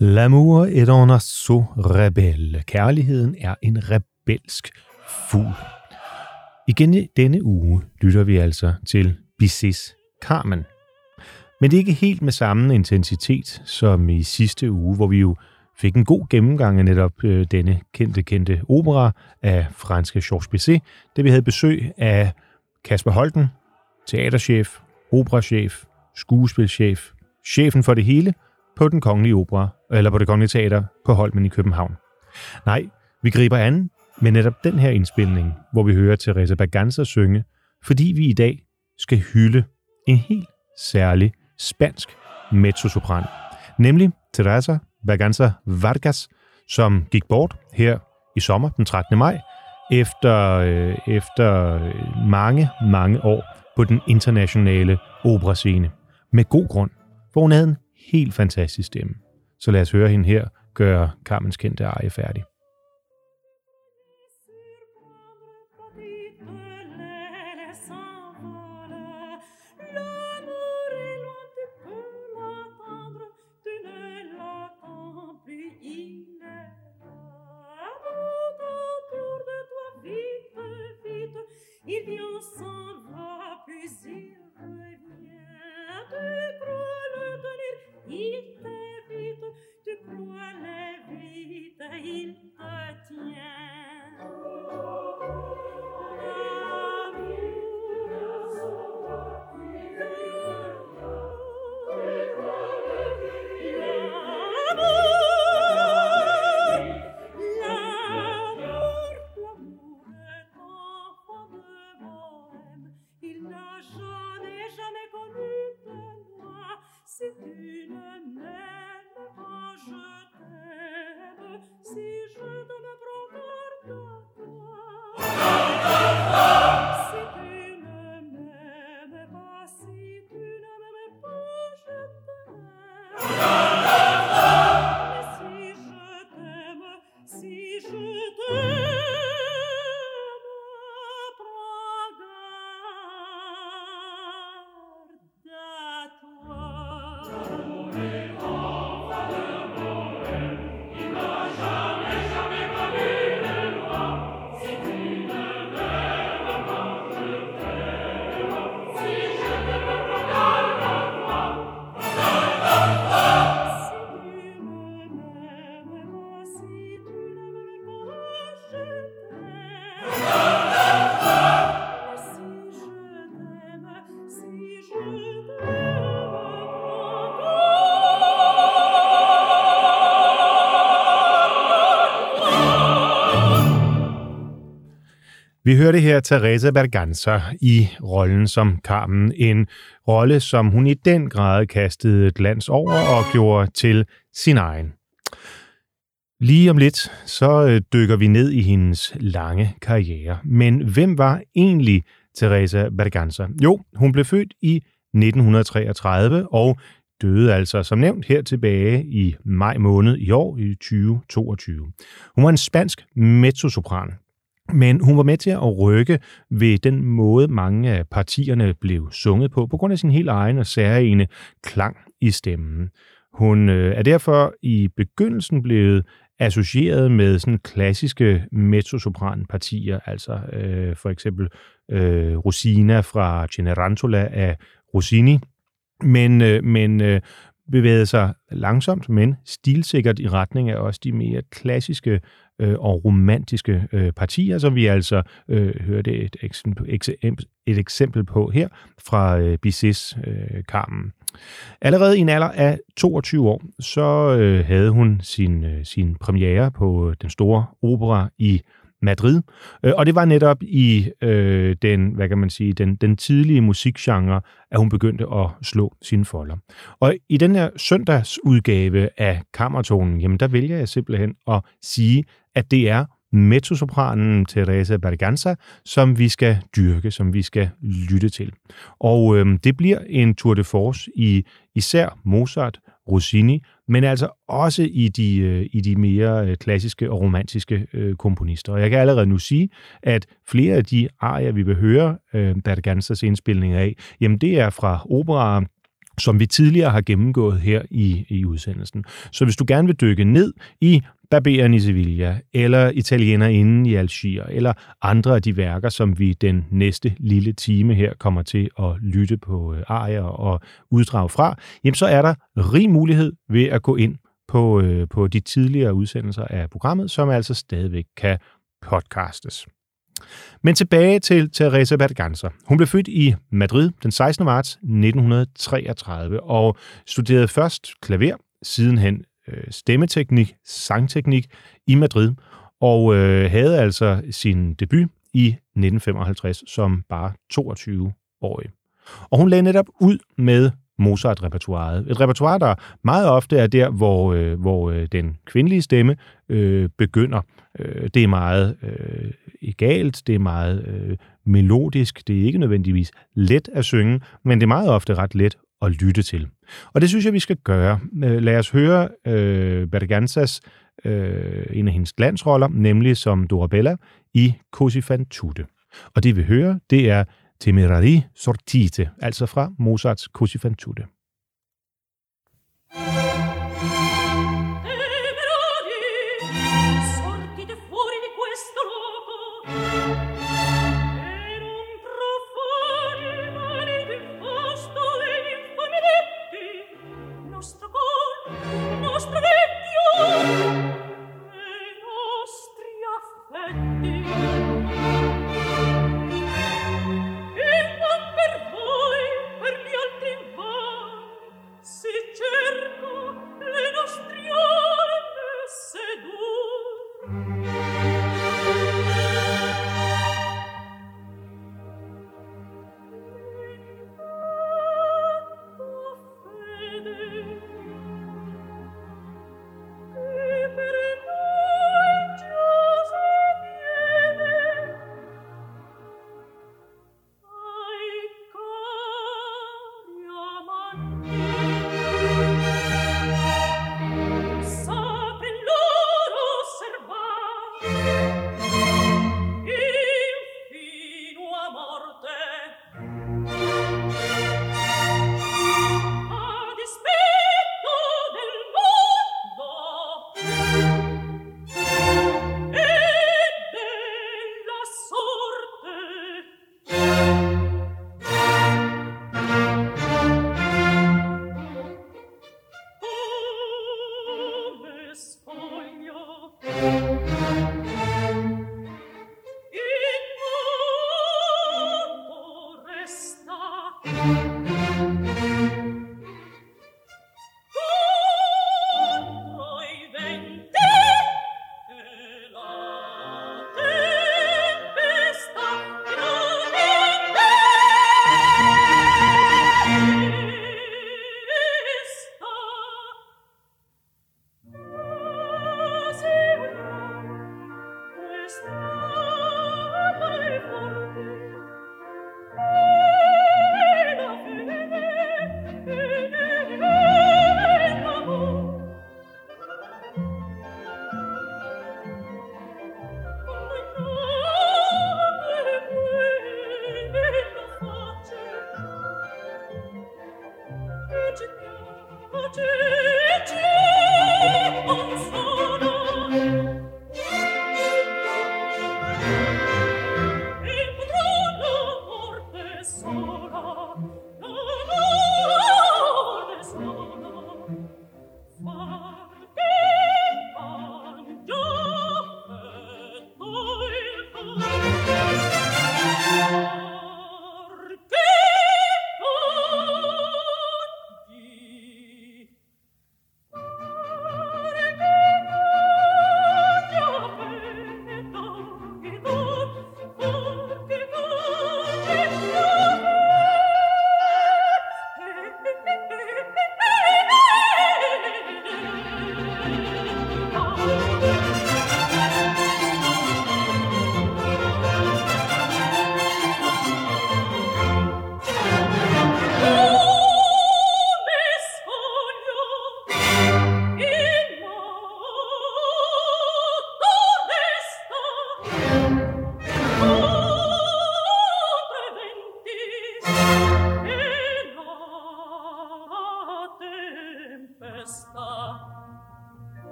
L'amour est un oiseau rebelle. Kærligheden er en rebelsk fugl. Igen i denne uge lytter vi altså til Bizets Carmen. Men det er ikke helt med samme intensitet som i sidste uge, hvor vi jo fik en god gennemgang af netop denne kendte opera af franske Georges Bizet, da vi havde besøg af Kasper Holten, teaterchef, operachef, skuespilchef, chefen for det hele på den kongelige opera, eller på det kongelige teater på Holmen i København. Nej, vi griber an med netop den her indspilning, hvor vi hører Teresa Berganza synge, fordi vi i dag skal hylde en helt særlig spansk mezzosopran, nemlig Teresa Berganza Vargas, som gik bort her i sommer den 13. maj, efter mange år på den internationale operascene. Med god grund, for hun havde en helt fantastisk stemme. Så lad os høre hende her gøre Carmens kendte arie færdig. Il vient s'en va, puis il revient. Tu crois le tenir, il t'évite. Tu crois l'évite, il te tient. Si tu ne m'aimes pas, je t'aime. Si je te me prends garde à toi. Si tu ne m'aimes pas, si tu ne m'aimes pas, je t'aime. Mais si je t'aime, si je t'aime, prends garde à toi. Vi hørte her Teresa Berganza i rollen som Carmen, en rolle, som hun i den grad kastede et glans over og gjorde til sin egen. Lige om lidt, så dykker vi ned i hendes lange karriere. Men hvem var egentlig Teresa Berganza? Jo, hun blev født i 1933 og døde altså som nævnt her tilbage i maj måned i år i 2022. Hun var en spansk mezzosopran. Men hun var med til at rykke ved den måde, mange af partierne blev sunget på grund af sin helt egen og særegne klang i stemmen. Hun er derfor i begyndelsen blevet associeret med sådan klassiske mezzosopran-partier, altså for eksempel Rosina fra Cenerentola af Rossini, men bevægede sig langsomt, men stilsikkert i retning af også de mere klassiske og romantiske partier, som vi altså hørte et eksempel på her fra Bizets Carmen. Allerede i en alder af 22 år, så havde hun sin premiere på den store opera i Madrid, og det var netop i den tidlige musikgenre, at hun begyndte at slå sine folder. Og i den her søndagsudgave af Kammertonen, jamen der vælger jeg simpelthen at sige, at det er mezzosopranen Teresa Berganza, som vi skal dyrke, som vi skal lytte til. Og det bliver en tour de force i især Mozart, Rossini, men altså også i de mere klassiske og romantiske komponister. Og jeg kan allerede nu sige, at flere af de arier, vi vil høre Berganzas indspilninger af, jamen det er fra operaer som vi tidligere har gennemgået her i udsendelsen. Så hvis du gerne vil dykke ned i Barberen i Sevilla, eller Italienerinden i Algier, eller andre af de værker, som vi den næste lille time her kommer til at lytte på arier og uddrag fra, jamen så er der rig mulighed ved at gå ind på de tidligere udsendelser af programmet, som altså stadigvæk kan podcastes. Men tilbage til Teresa Berganza. Hun blev født i Madrid den 16. marts 1933 og studerede først klaver, sidenhen stemmeteknik, sangteknik i Madrid, og havde altså sin debut i 1955 som bare 22-årig. Og hun lagde netop ud med Mozart-repertoiret. Et repertoire, der meget ofte er der, hvor den kvindelige stemme begynder. Det er meget egalt, det er meget melodisk, det er ikke nødvendigvis let at synge, men det er meget ofte ret let at lytte til. Og det synes jeg, vi skal gøre. Lad os høre Berganzas, en af hendes glansroller, nemlig som Dorabella i Così fan tutte. Og det vi hører, det er Temerari sortite, altså fra Mozarts Così fan tutte.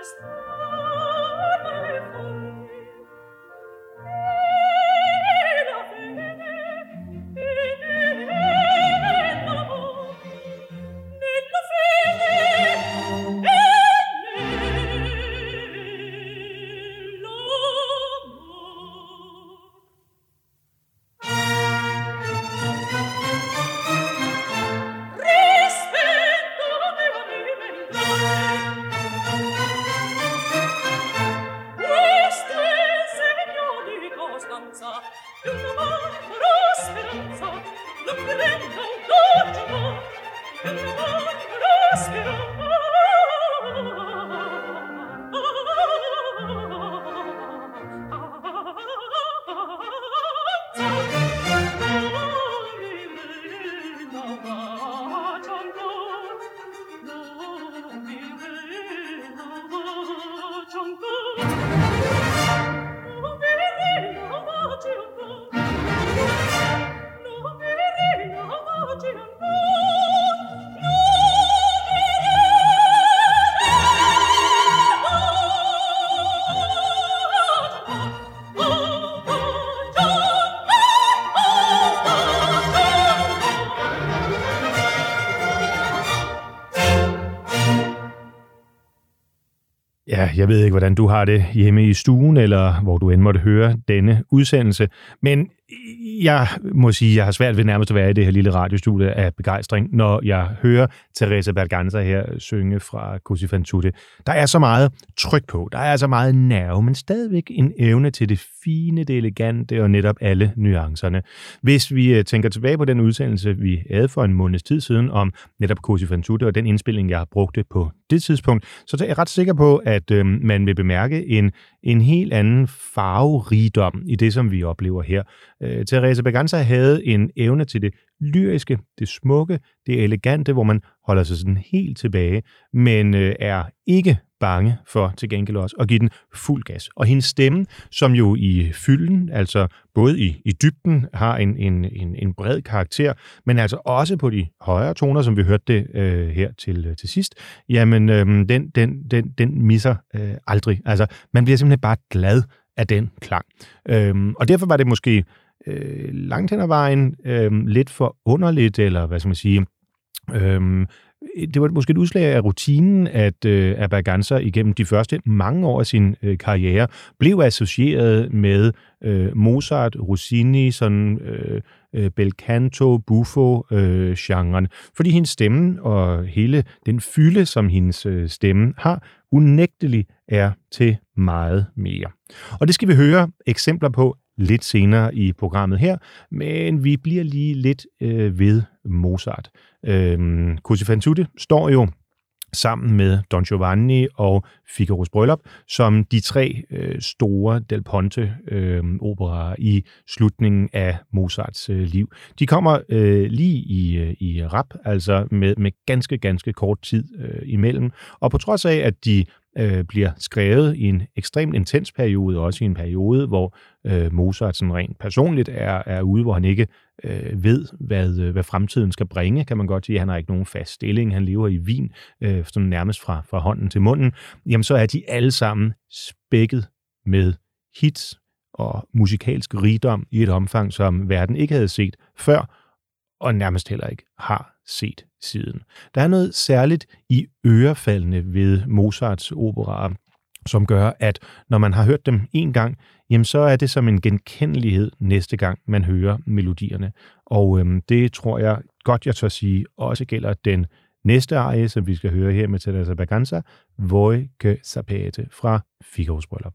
Ja, jeg ved ikke, hvordan du har det hjemme i stuen, eller hvor du end måtte høre denne udsendelse, men jeg må sige, at jeg har svært ved nærmest at være i det her lille radiostudie af begejstring, når jeg hører Teresa Berganza her synge fra Cosi fan tutte. Der er så meget tryk på, der er så meget nerve, men stadigvæk en evne til det fine, det elegante og netop alle nuancerne. Hvis vi tænker tilbage på den udsendelse, vi havde for en måneds tid siden om netop Cosi fan tutte og den indspilning, jeg brugte på det tidspunkt, så er jeg ret sikker på, at man vil bemærke en helt anden farverigdom i det, som vi oplever her. Teresa Berganza havde en evne til det lyriske, det smukke, det elegante, hvor man holder sig sådan helt tilbage, men er ikke bange for til gengæld også at give den fuld gas. Og hendes stemme, som jo i fylden, altså både i dybden, har en bred karakter, men altså også på de højere toner, som vi hørte det her til sidst, jamen den misser aldrig. Altså, man bliver simpelthen bare glad af den klang. Og derfor var det måske langt hen ad vejen lidt for underligt, eller hvad skal man sige, det var måske et udslag af rutinen, at Berganza igennem de første mange år af sin karriere blev associeret med Mozart, Rossini, sådan bel canto, buffo-genren, fordi hendes stemme og hele den fylde, som hendes stemme har, unægteligt er til meget mere. Og det skal vi høre eksempler på lidt senere i programmet her, men vi bliver lige lidt ved Mozart. Cosi fan tutte står jo sammen med Don Giovanni og Figaros Bryllup som de tre store Del Ponte-operaer i slutningen af Mozarts liv. De kommer lige i rap, altså med ganske kort tid imellem, og på trods af, at de bliver skrevet i en ekstremt intens periode, også i en periode, hvor Mozart sådan rent personligt er ude, hvor han ikke ved, hvad fremtiden skal bringe, kan man godt sige. Han har ikke nogen fast stilling, han lever i Wien, sådan nærmest fra hånden til munden. Jamen, så er de alle sammen spækket med hits og musikalsk rigdom i et omfang, som verden ikke havde set før, og nærmest heller ikke har set siden. Der er noget særligt i ørefaldene ved Mozarts operaer, som gør, at når man har hørt dem en gang, jamen så er det som en genkendelighed næste gang, man hører melodierne. Og det tror jeg godt, jeg tør sige, også gælder den næste arie, som vi skal høre her med Teresa Berganza, Voi che sapete fra Figaros Bryllup.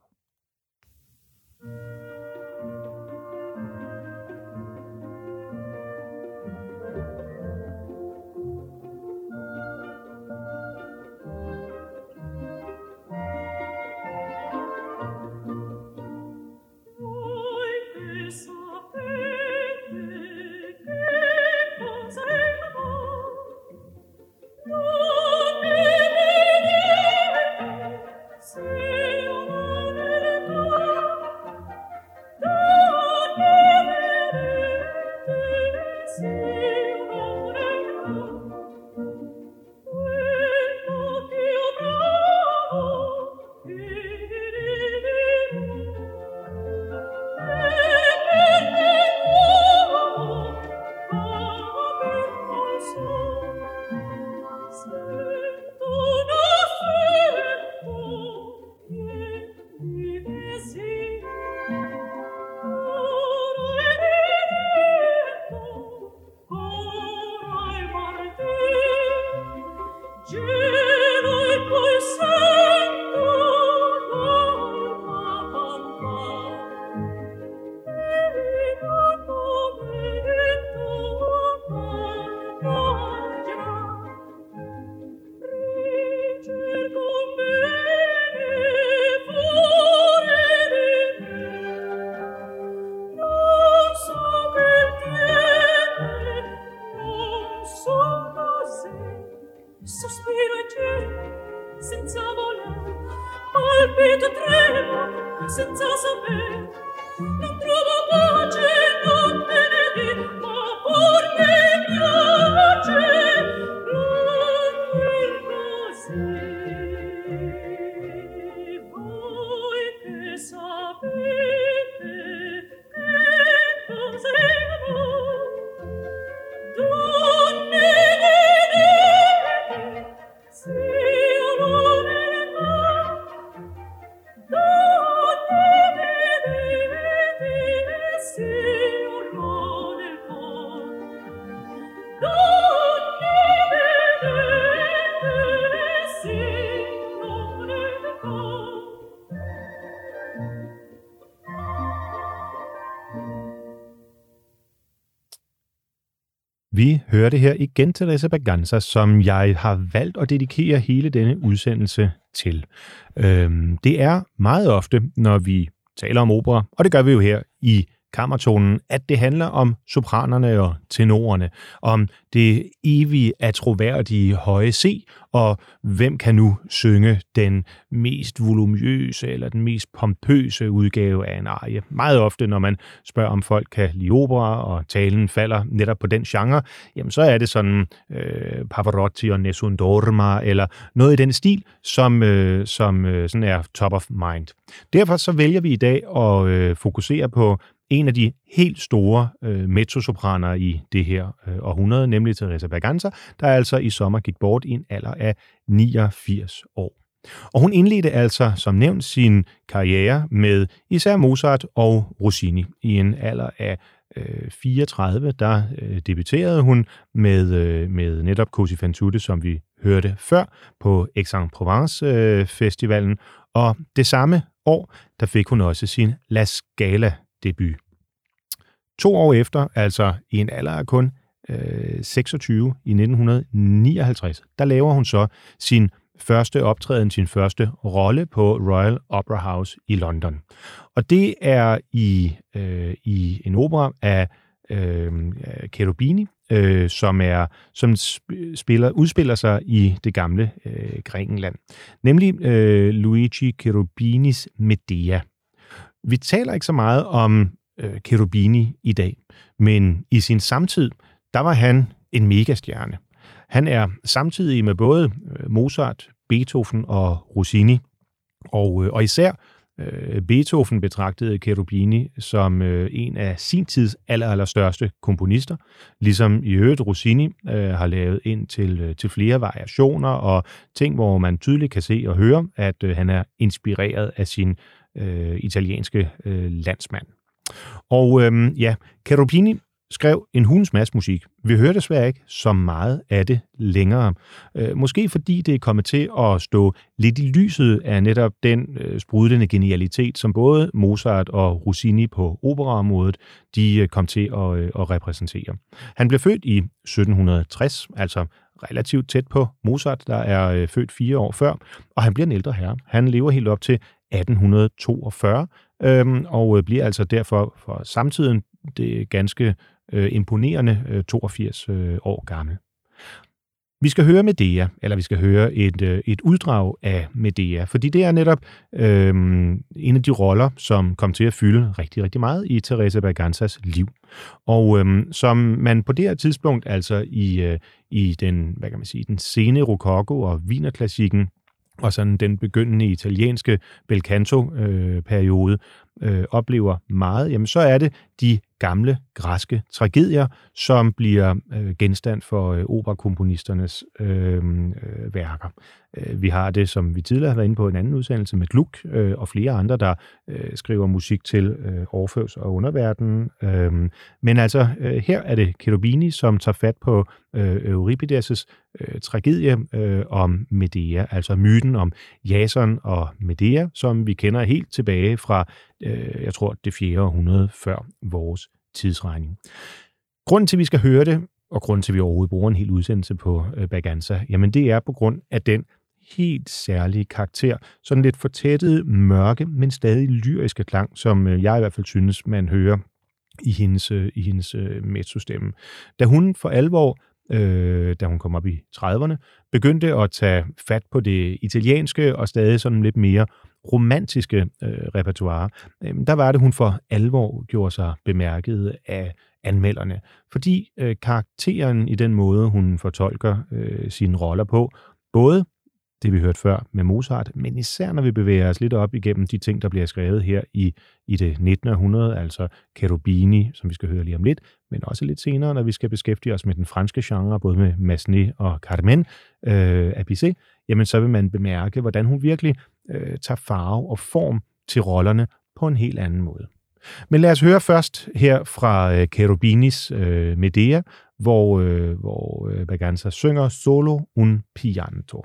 petto trema senza saper, non trovo pace, non me ne di, ma pur mi piace dormir così. Voi che sapete che cos'è l'amor, donne vedete, se io non è Vi hørte her igen Teresa Berganza, som jeg har valgt at dedikere hele denne udsendelse til. Det er meget ofte, når vi taler om opera, og det gør vi jo her i Kammertonen, at det handler om sopranerne og tenorerne, om det evige atroværdige høje C, og hvem kan nu synge den mest voluminøse eller den mest pompøse udgave af en arie. Meget ofte, når man spørger, om folk kan lide opera, og talen falder netop på den genre, jamen så er det sådan Pavarotti og Nessun Dorma, eller noget i den stil, som sådan er top of mind. Derfor så vælger vi i dag at fokusere på en af de helt store mezzosopraner i det her århundrede, nemlig Teresa Berganza, der altså i sommer gik bort i en alder af 89 år. Og hun indledte altså, som nævnt, sin karriere med især Mozart og Rossini. I en alder af 34, der debuterede hun med netop Cosi fan tutte, som vi hørte før, på Aix-en-Provence festivalen. Og det samme år, der fik hun også sin La Scala debut. 2 år efter, altså i en alder af kun 26 i 1959, der laver hun så sin første optræden, sin første rolle på Royal Opera House i London. Og det er i en opera af Cherubini, som udspiller sig i det gamle Grækenland. Nemlig Luigi Cherubinis Medea. Vi taler ikke så meget om Cherubini i dag, men i sin samtid, der var han en megastjerne. Han er samtidig med både Mozart, Beethoven og Rossini, og især Beethoven betragtede Cherubini som en af sin tids allerstørste komponister, ligesom i øvrigt Rossini har lavet ind til flere variationer og ting, hvor man tydeligt kan se og høre, at han er inspireret af sin italienske landsmand. Og Cherubini skrev en hulens masse musik. Vi hører desværre ikke så meget af det længere. Måske fordi det er kommet til at stå lidt i lyset af netop den sprudlende genialitet, som både Mozart og Rossini på operaområdet, de kom til at repræsentere. Han blev født i 1760, altså relativt tæt på Mozart, der er født 4 år før, og han bliver en ældre herre. Han lever helt op til 1842, og bliver altså derfor for samtiden det ganske imponerende 82 år gammel. Vi skal høre Medea, eller vi skal høre et uddrag af Medea, fordi det er netop en af de roller, som kom til at fylde rigtig, rigtig meget i Teresa Berganzas liv. Og som man på det her tidspunkt, altså i den, hvad kan man sige, den sene rokoko og wienerklassikken, og sådan den begyndende italienske bel canto-periode, oplever meget, jamen så er det de gamle græske tragedier, som bliver genstand for operakomponisternes værker. Vi har det, som vi tidligere har været inde på en anden udsendelse med Gluck og flere andre, der skriver musik til Orfeus og underverdenen. Men altså her er det Cherubini, som tager fat på Euripides' tragedie om Medea, altså myten om Jason og Medea, som vi kender helt tilbage fra, jeg tror, det 4. århundrede før vores tidsregning. Grunden til, at vi skal høre det, og grunden til, at vi overhovedet bruger en hel udsendelse på Berganza, jamen det er på grund af den helt særlige karakter, sådan lidt fortættede, mørke, men stadig lyriske klang, som jeg i hvert fald synes, man hører i hendes mezzostemme. Da hun for alvor, da hun kom op i 30'erne, begyndte at tage fat på det italienske og stadig sådan lidt mere romantiske repertoire, der var det, hun for alvor gjorde sig bemærket af anmelderne. Fordi karakteren i den måde, hun fortolker sine roller på, både det, vi hørte før med Mozart, men især når vi bevæger os lidt op igennem de ting, der bliver skrevet her i det 19. århundrede, altså Cherubini, som vi skal høre lige om lidt, men også lidt senere, når vi skal beskæftige os med den franske genre, både med Massenet og Carmen af Bizet, jamen så vil man bemærke, hvordan hun virkelig tager farve og form til rollerne på en helt anden måde. Men lad os høre først her fra Cherubinis Medea, hvor Berganza synger Solo un pianto.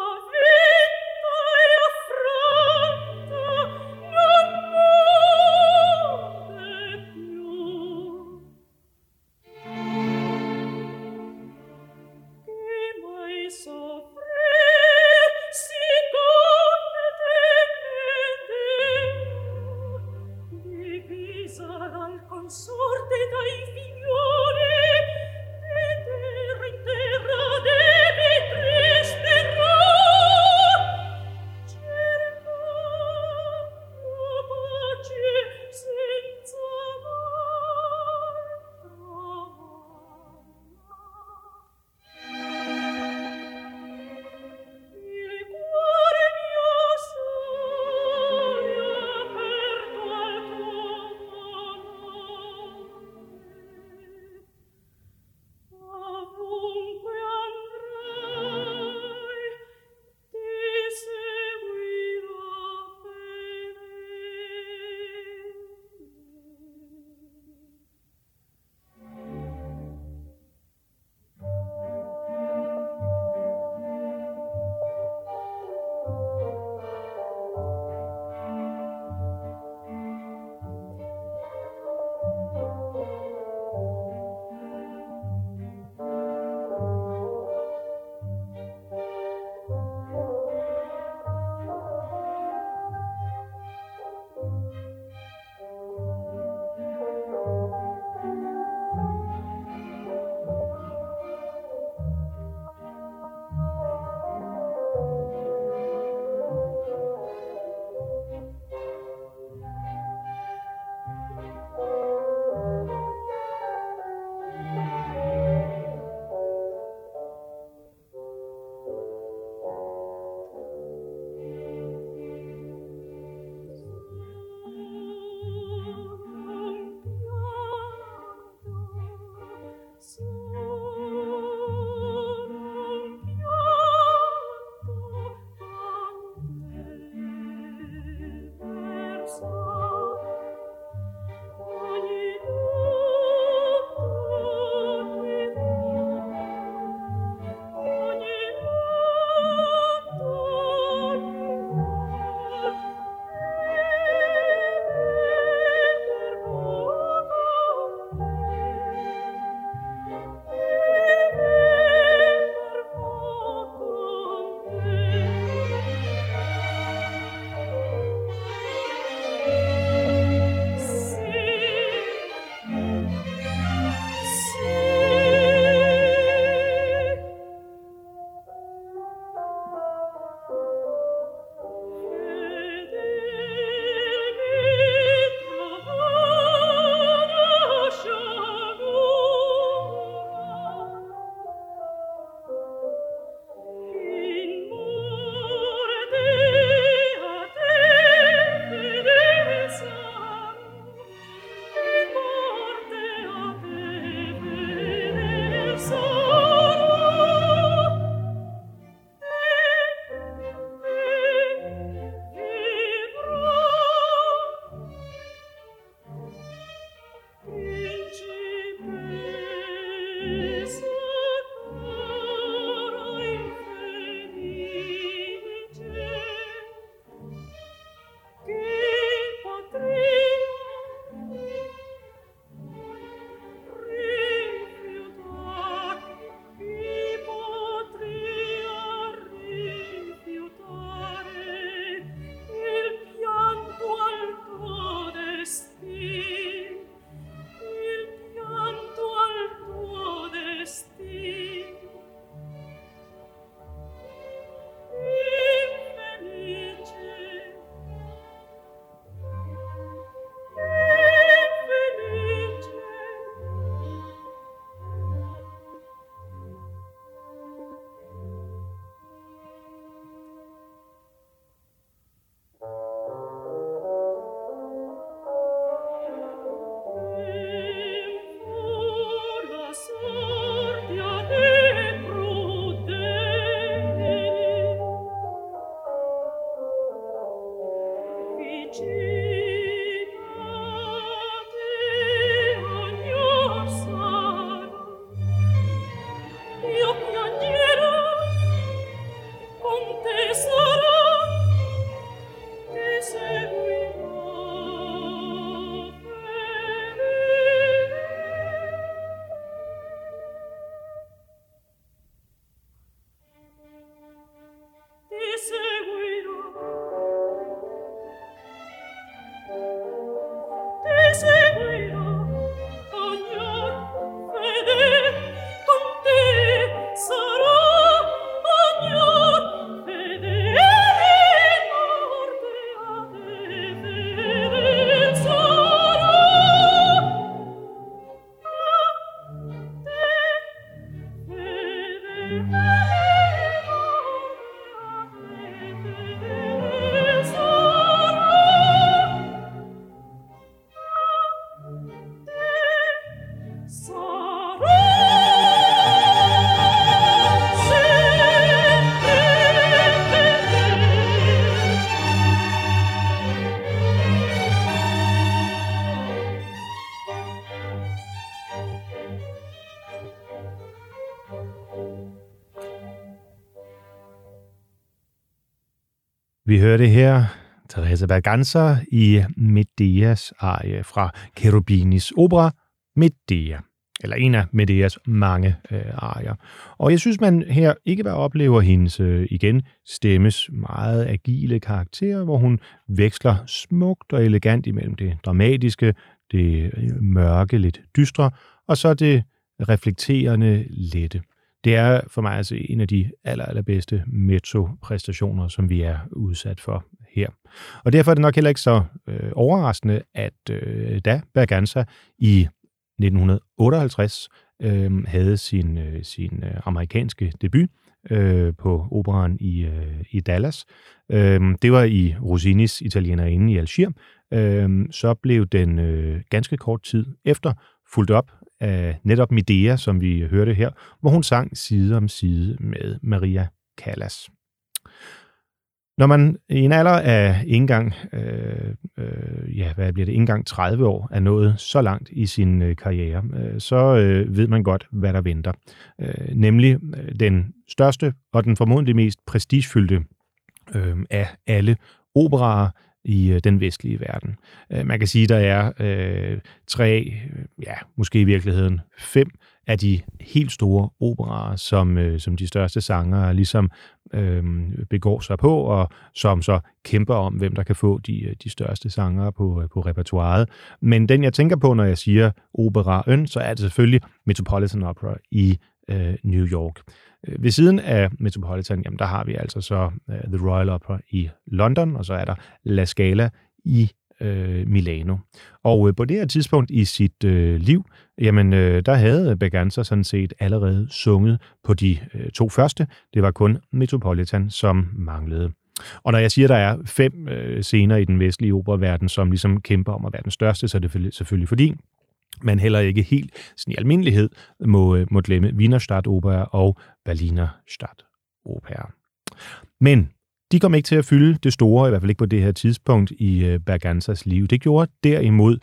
Oh Vi hørte her Teresa Berganza i Medeas arie fra Cherubinis opera Medea, eller en af Medeas mange arier. Og jeg synes, man her ikke bare oplever hendes igen stemmes meget agile karakter, hvor hun veksler smukt og elegant imellem det dramatiske, det mørke, lidt dystre, og så det reflekterende lette. Det er for mig altså en af de allerbedste mezzo-præstationer, som vi er udsat for her. Og derfor er det nok heller ikke så overraskende, at da Berganza i 1958 havde sin amerikanske debut på operan i Dallas. Det var i Rossinis Italienerinde i Algier. Så blev den ganske kort tid efter fulgt op af netop Medea, som vi hørte her, hvor hun sang side om side med Maria Callas. Når man i en alder af ikke engang 30 år er nået så langt i sin karriere, så ved man godt, hvad der venter. Nemlig den største og den formodentlig mest prestigefyldte af alle operaer i den vestlige verden. Man kan sige, at der er 3, måske i virkeligheden 5 af de helt store operaer, som de største sangere ligesom begår sig på, og som så kæmper om, hvem der kan få de største sangere på repertoiret. Men den, jeg tænker på, når jeg siger operaen, så er det selvfølgelig Metropolitan Opera i New York. Ved siden af Metropolitan, jamen der har vi altså så The Royal Opera i London, og så er der La Scala i Milano. Og på det her tidspunkt i sit liv, jamen der havde Berganza sådan set allerede sunget på de 2 første. Det var kun Metropolitan, som manglede. Og når jeg siger, at der er 5 scener i den vestlige operaverden, som ligesom kæmper om at være den største, så er det selvfølgelig fordi, man heller ikke helt sådan i almindelighed må glemme Wiener Stadtoper og Berliner Stadtoper. Men de kom ikke til at fylde det store, i hvert fald ikke på det her tidspunkt i Berganzas liv. Det gjorde derimod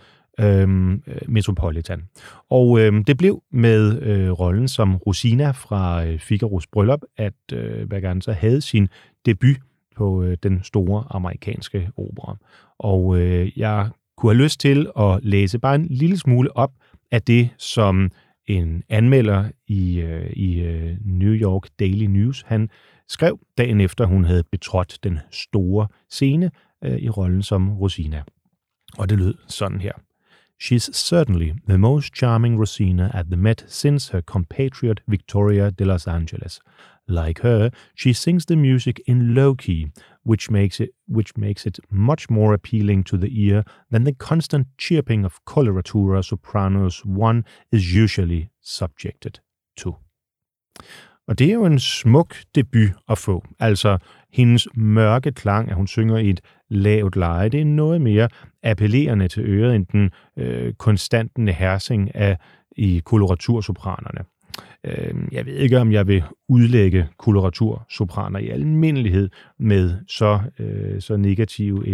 Metropolitan. Og det blev med rollen som Rosina fra Figaros Bryllup, at Berganza havde sin debut på den store amerikanske opera. Og jeg kunne have lyst til at læse bare en lille smule op af det, som en anmelder i New York Daily News, han skrev dagen efter, hun havde betrådt den store scene i rollen som Rosina. Og det lød sådan her. She's certainly the most charming Rosina at the Met since her compatriot Victoria de Los Angeles. Like her, she sings the music in low key, which makes it much more appealing to the ear than the constant chirping of coloratura sopranos one is usually subjected to. Og det er jo en smuk debut at få. Altså, hendes mørke klang, at hun synger i et lavt leje, det er noget mere appellerende til øret end den konstante hersing i koloratursopranerne. Jeg ved ikke, om jeg vil udlægge koloraturssopraner i almindelighed med så negativ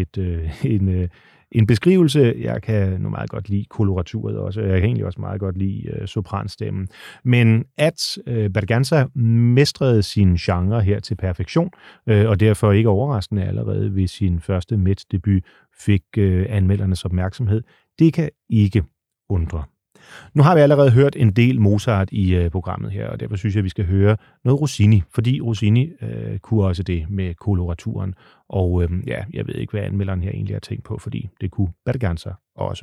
en beskrivelse. Jeg kan nu meget godt lide koloraturet også. Jeg kan egentlig også meget godt lide sopranstemmen. Men at Berganza mestrede sin genre her til perfektion, og derfor ikke overraskende allerede ved sin første Met-debut fik anmeldernes opmærksomhed, det kan ikke undre. Nu har vi allerede hørt en del Mozart i programmet her, og derfor synes jeg, at vi skal høre noget Rossini, fordi Rossini kunne også det med koloraturen. Og jeg ved ikke, hvad anmelderen her egentlig har tænkt på, fordi det kunne Berganza også.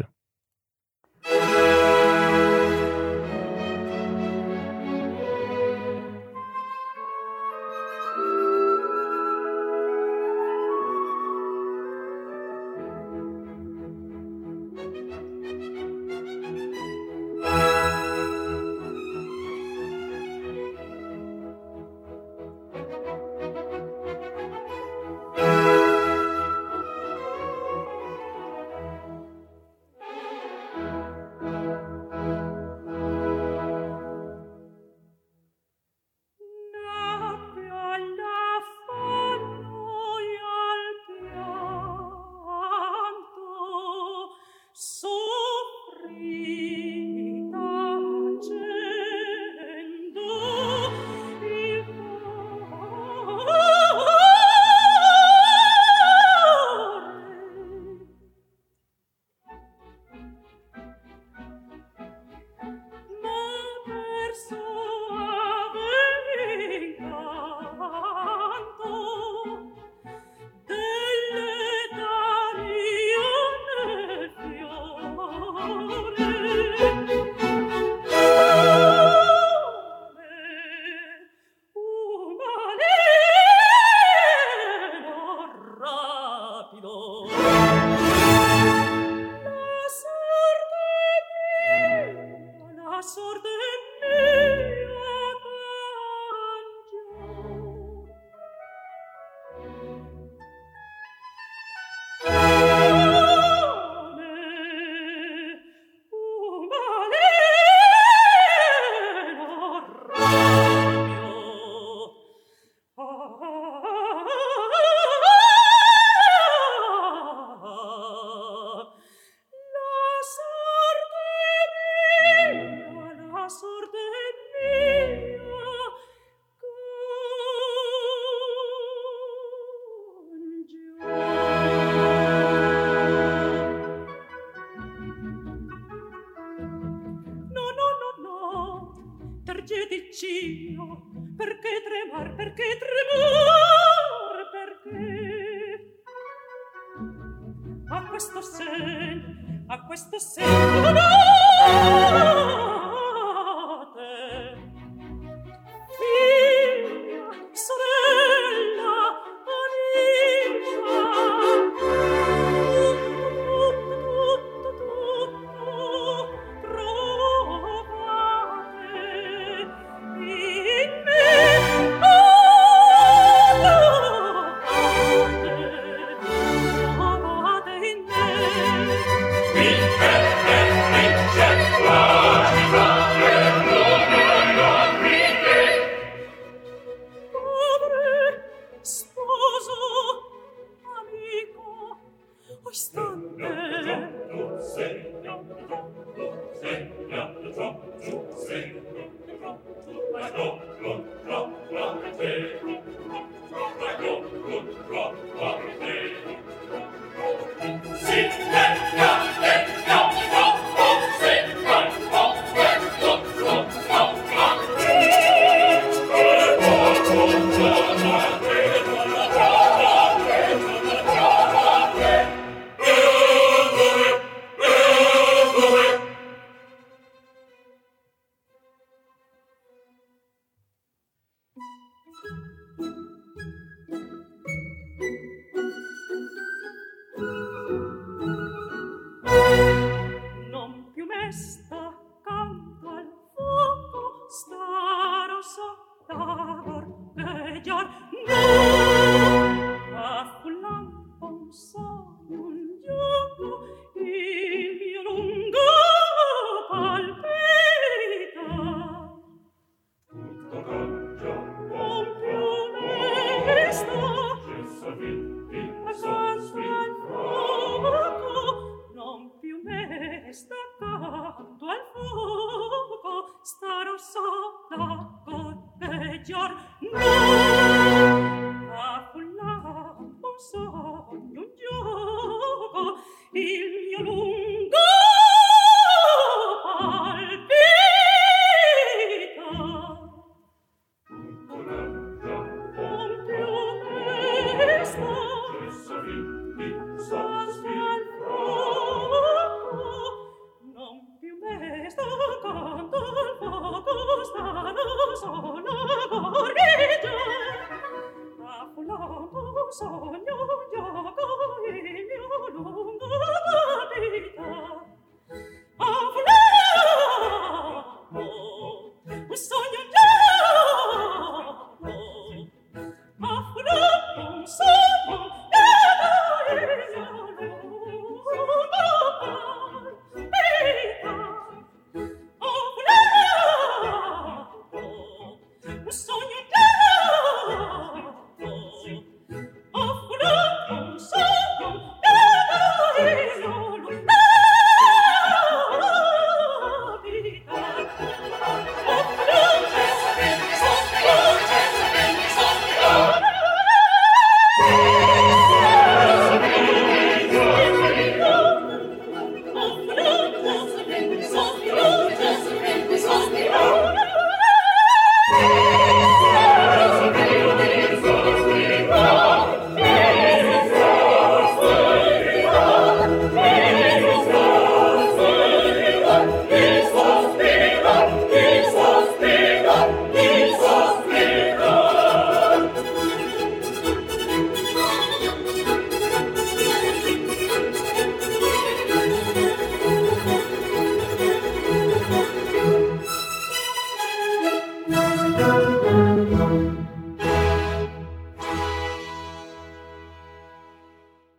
la sorte mia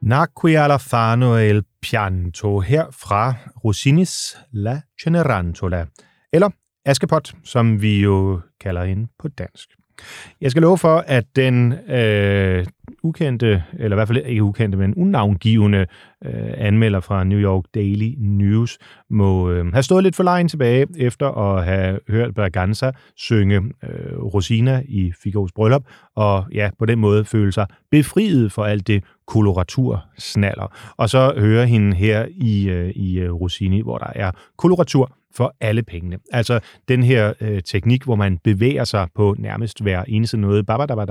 Nacque alla fano e il pianto, her fra Rossinis La Cenerentola, eller Askepot, som vi jo kalder hende på dansk. Jeg skal love for, at den ukendte, eller i hvert fald ikke ukendte, men unavngivende anmelder fra New York Daily News må have stået lidt for lejen tilbage efter at have hørt Berganza synge Rosina i Figaros bryllup, og ja, på den måde føle sig befriet for alt det koloratursnaller. Og så høre hende her i Rossini, hvor der er koloratur for alle pengene. Altså den her teknik, hvor man bevæger sig på nærmest hver eneste noget.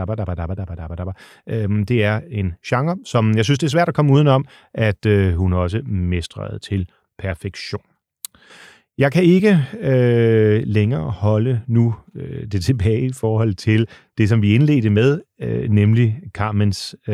Det er en genre, som jeg synes, det er svært at komme udenom, at hun også mestrede til perfektion. Jeg kan ikke længere holde nu det tilbage i forhold til det, som vi indledte med, nemlig Carmen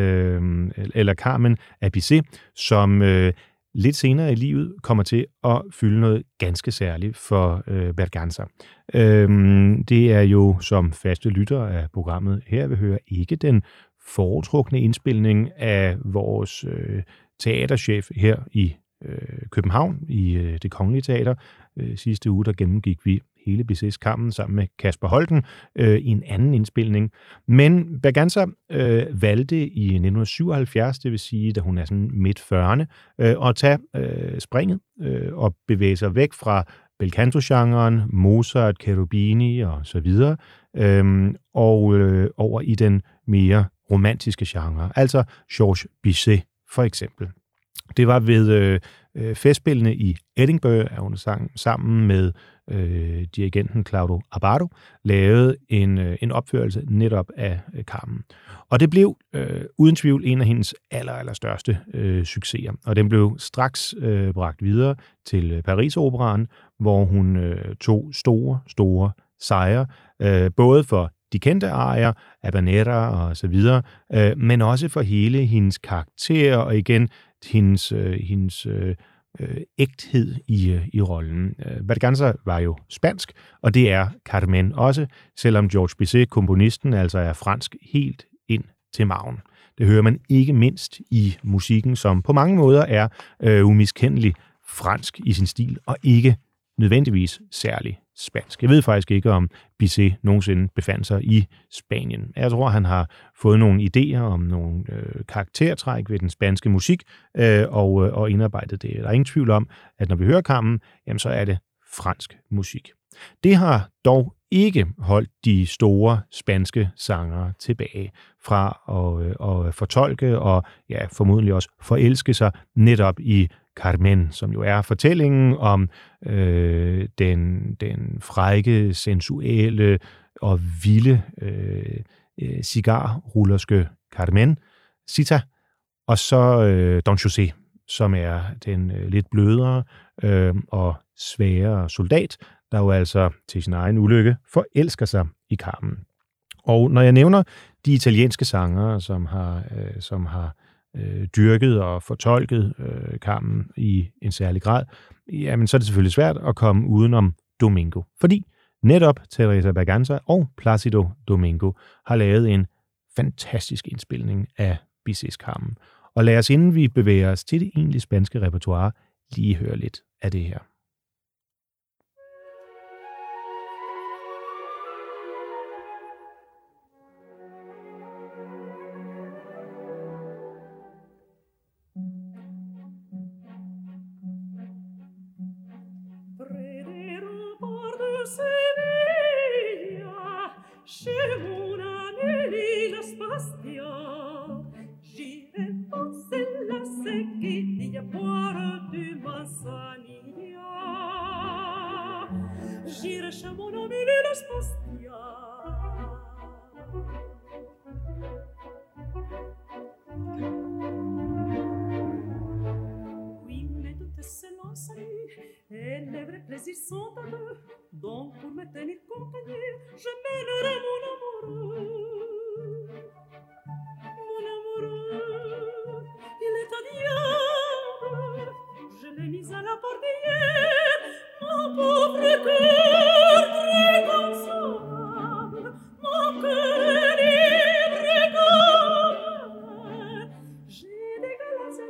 Appice, som lidt senere i livet kommer til at fylde noget ganske særligt for Berganza. Det er jo som faste lytter af programmet her vil høre ikke den foretrukne indspilning af vores teaterchef her i København, i Det Kongelige Teater. Sidste uge, der gennemgik vi hele Bizets Carmen sammen med Kasper Holten i en anden indspilning. Men Berganza valgte i 1977, det vil sige, da hun er sådan midt 40'erne, at tage springet og bevæge sig væk fra bel canto-genren, Mozart, Cherubini og så videre, og over i den mere romantiske genre, altså Georges Bizet for eksempel. Det var ved festspillene i Edinburgh, at hun sang sammen med dirigenten Claudio Abbado, lavede en opførelse netop af Carmen. Og det blev uden tvivl en af hendes allerstørste succeser. Og den blev straks bragt videre til Paris-operaen, hvor hun tog store sejre, både for de kendte arier, Habanera og så videre, men også for hele hendes karakter, og igen hendes ægthed i rollen. Berganza var jo spansk, og det er Carmen også, selvom Georges Bizet, komponisten, altså er fransk helt ind til maven. Det hører man ikke mindst i musikken, som på mange måder er umiskendelig fransk i sin stil, og ikke nødvendigvis særlig spansk. Jeg ved faktisk ikke, om Bizet nogensinde befandt sig i Spanien. Jeg tror, han har fået nogle idéer om nogle karaktertræk ved den spanske musik og indarbejdet det. Der er ingen tvivl om, at når vi hører Carmen, jamen, så er det fransk musik. Det har dog ikke holdt de store spanske sangere tilbage fra at fortolke og ja, formodentlig også forelske sig netop i Carmen, som jo er fortællingen om den frække, sensuelle og vilde cigarrullerske Carmen Sita, og så Don José, som er den lidt blødere og sværere soldat, der jo altså til sin egen ulykke forelsker sig i Carmen. Og når jeg nævner de italienske sangere, som har dyrket og fortolket Carmen i en særlig grad, jamen så er det selvfølgelig svært at komme udenom Domingo. Fordi netop Teresa Berganza og Plácido Domingo har lavet en fantastisk indspilning af Bizets Carmen. Og lad os, inden vi bevæger os til det egentlige spanske repertoire, lige høre lidt af det her. Donc pour me tenir compagnie, je mènerai mon amoureux. Mon amoureux, il est un diable. Je l'ai mis à la portière, mon pauvre cœur très consolable, mon cœur libre comme j'ai des glaces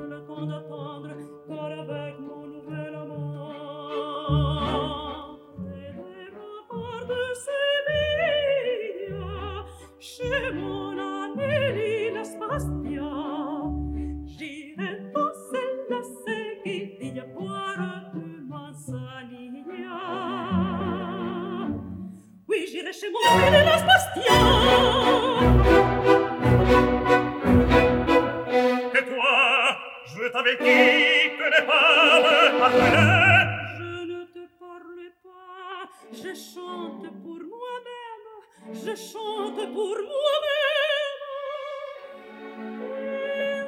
le temps d'attendre, car avec mon nouvel amant, près des remparts de Séville, chez mon ami la Spastia, j'irai danser la seguidilla, boire du manzanilla. Oui, j'irai chez mon ami la Spastia. Et toi, je t'avais dit que ne pas me parler. Je ne te parle pas, je chante pour moi-même, je chante pour moi-même. Et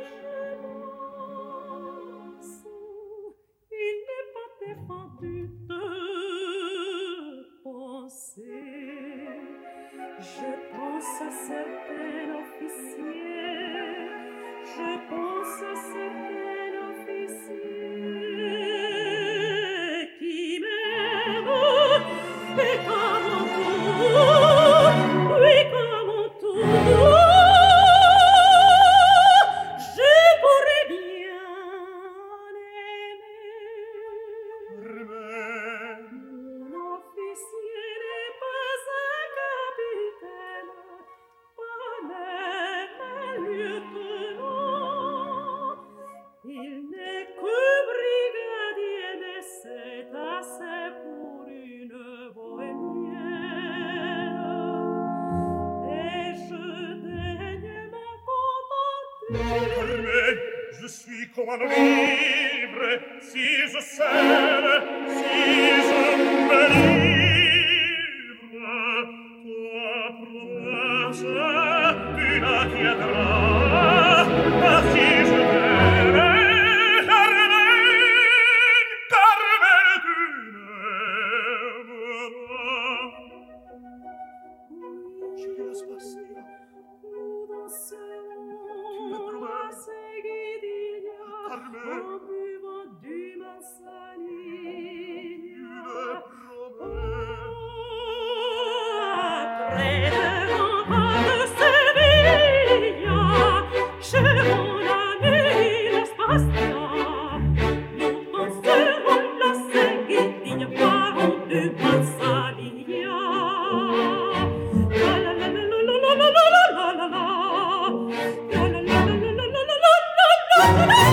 je pense, il n'est pas défendu de penser. Je pense à certains officiers, je pense à certains officiers qui m'aiment, et comme en tout, oui, comme en tout, je pourrais bien aimer. Mon officier n'est pas un capitaine, pas même un lieutenant. Il n'est que brigadier, mais c'est assez pour une bohémienne. Et je daigne me contenter. Mais je suis comme un livre, si je sers, si je me livre. Ta promesse, tu la tiendras, si je t'aime, Carmen, tu m'aimeras. Chérie, la Spastia, Nous danserons Tu me promets? la seguidilla, Carmen. en buvant du manzanilla. Près des remparts de Séville, chez mon ami la Spastia, nous danserons la seguidilla, boirons du manzanilla. La la la la la la la la la la la. La la la la la la la la la la.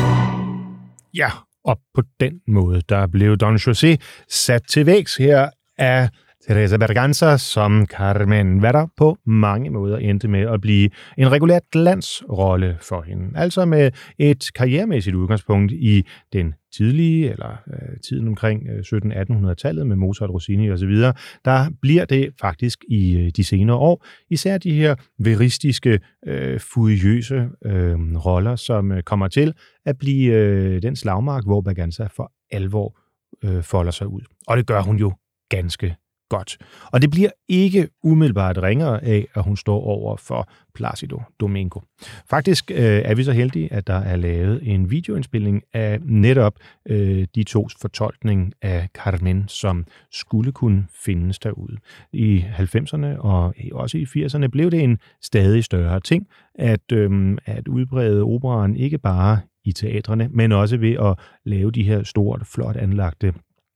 Ja, og på den måde, der blev Don José sat til vægs her af Teresa Berganza, som Carmen Verder på mange måder endte med at blive en regulær glansrolle for hende. Altså med et karrieremæssigt udgangspunkt i den tidlige, eller tiden omkring 1700-1800-tallet med Mozart, Rossini osv., der bliver det faktisk i de senere år især de her veristiske, furiøse roller, som kommer til at blive den slagmark, hvor Berganza for alvor folder sig ud. Og det gør hun jo ganske godt. Og det bliver ikke umiddelbart ringere af, at hun står over for Plácido Domingo. Faktisk er vi så heldige, at der er lavet en videoindspilning af netop de tos fortolkning af Carmen, som skulle kunne findes derude. I 90'erne og også i 80'erne blev det en stadig større ting, at udbrede operaen ikke bare i teatrene, men også ved at lave de her stort, flot anlagte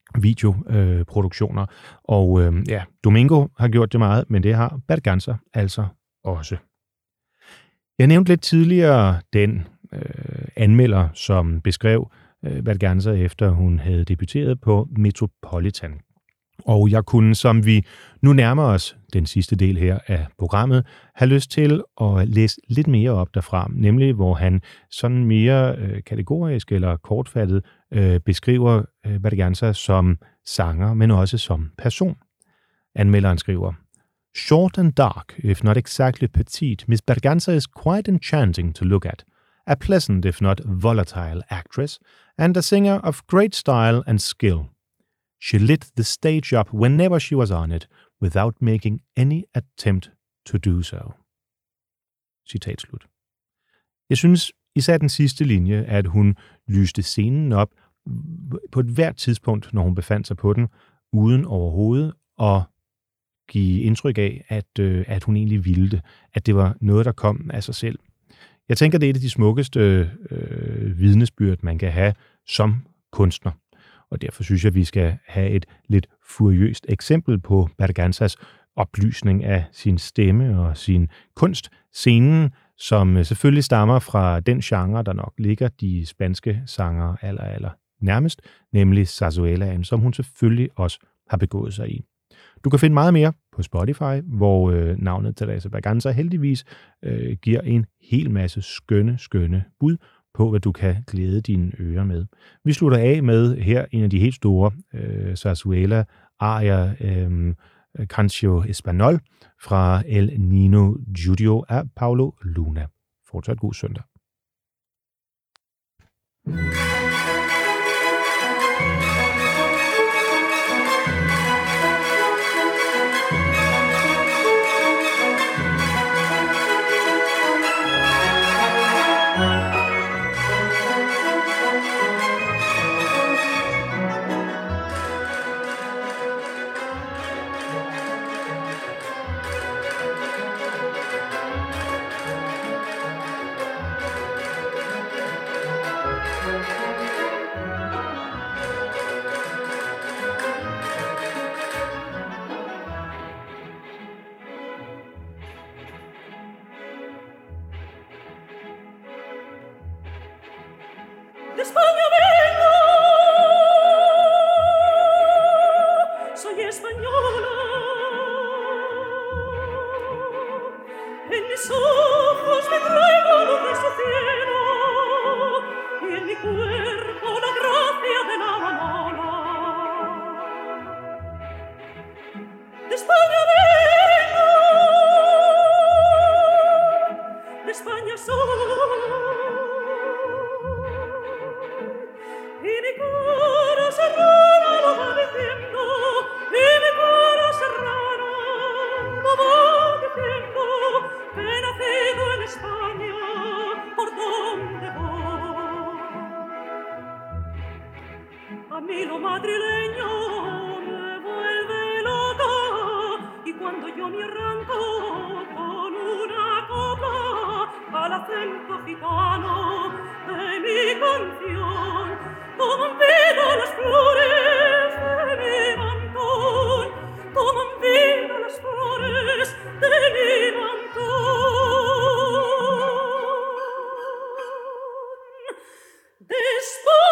videoproduktioner. Og Domingo har gjort det meget, men det har Berganza altså også. Jeg nævnte lidt tidligere den anmelder, som beskrev Berganza efter hun havde debuteret på Metropolitan. Og jeg kunne, som vi nu nærmer os den sidste del her af programmet, have lyst til at læse lidt mere op derfra, nemlig hvor han sådan mere kategorisk eller kortfattet beskriver Berganza som sanger, men også som person. Anmelderen skriver: Short and dark, if not exactly petite, Miss Berganza is quite enchanting to look at. A pleasant, if not volatile actress, and a singer of great style and skill. She lit the stage up whenever she was on it, without making any attempt to do so. Citat slut. Jeg synes især den sidste linje, at hun lyste scenen op på et hvert tidspunkt, når hun befandt sig på den, uden overhovedet at give indtryk af, at hun egentlig ville det. At det var noget, der kom af sig selv. Jeg tænker, det er et af de smukkeste vidnesbyrd, man kan have som kunstner. Og derfor synes jeg, at vi skal have et lidt furiøst eksempel på Berganzas oplysning af sin stemme og sin kunst. Scenen, som selvfølgelig stammer fra den genre, der nok ligger de spanske sanger aller nærmest, nemlig zarzuelaen, som hun selvfølgelig også har begået sig i. Du kan finde meget mere på Spotify, hvor navnet Teresa Berganza heldigvis giver en hel masse skønne bud på, hvad du kan glæde dine ører med. Vi slutter af med her en af de helt store zarzuela-arier, Cancio Español fra El Nino Judio af Paulo Luna. Fortsat god søndag. De España vengo, soy española. En mis ojos me traigo luz de su cielo y en mi cuerpo la gracia de la Manala. De España vengo, de España soy. Y mi coro serrano lo va diciendo, y mi coro serrano lo va diciendo, que he nacido en España, por donde voy. A mí lo madrileño me vuelve loca, y cuando yo me arranco con una copla al acento gitano de mi canción, toman vida las flores de mi mantón, toman vida las flores de mi mantón. Después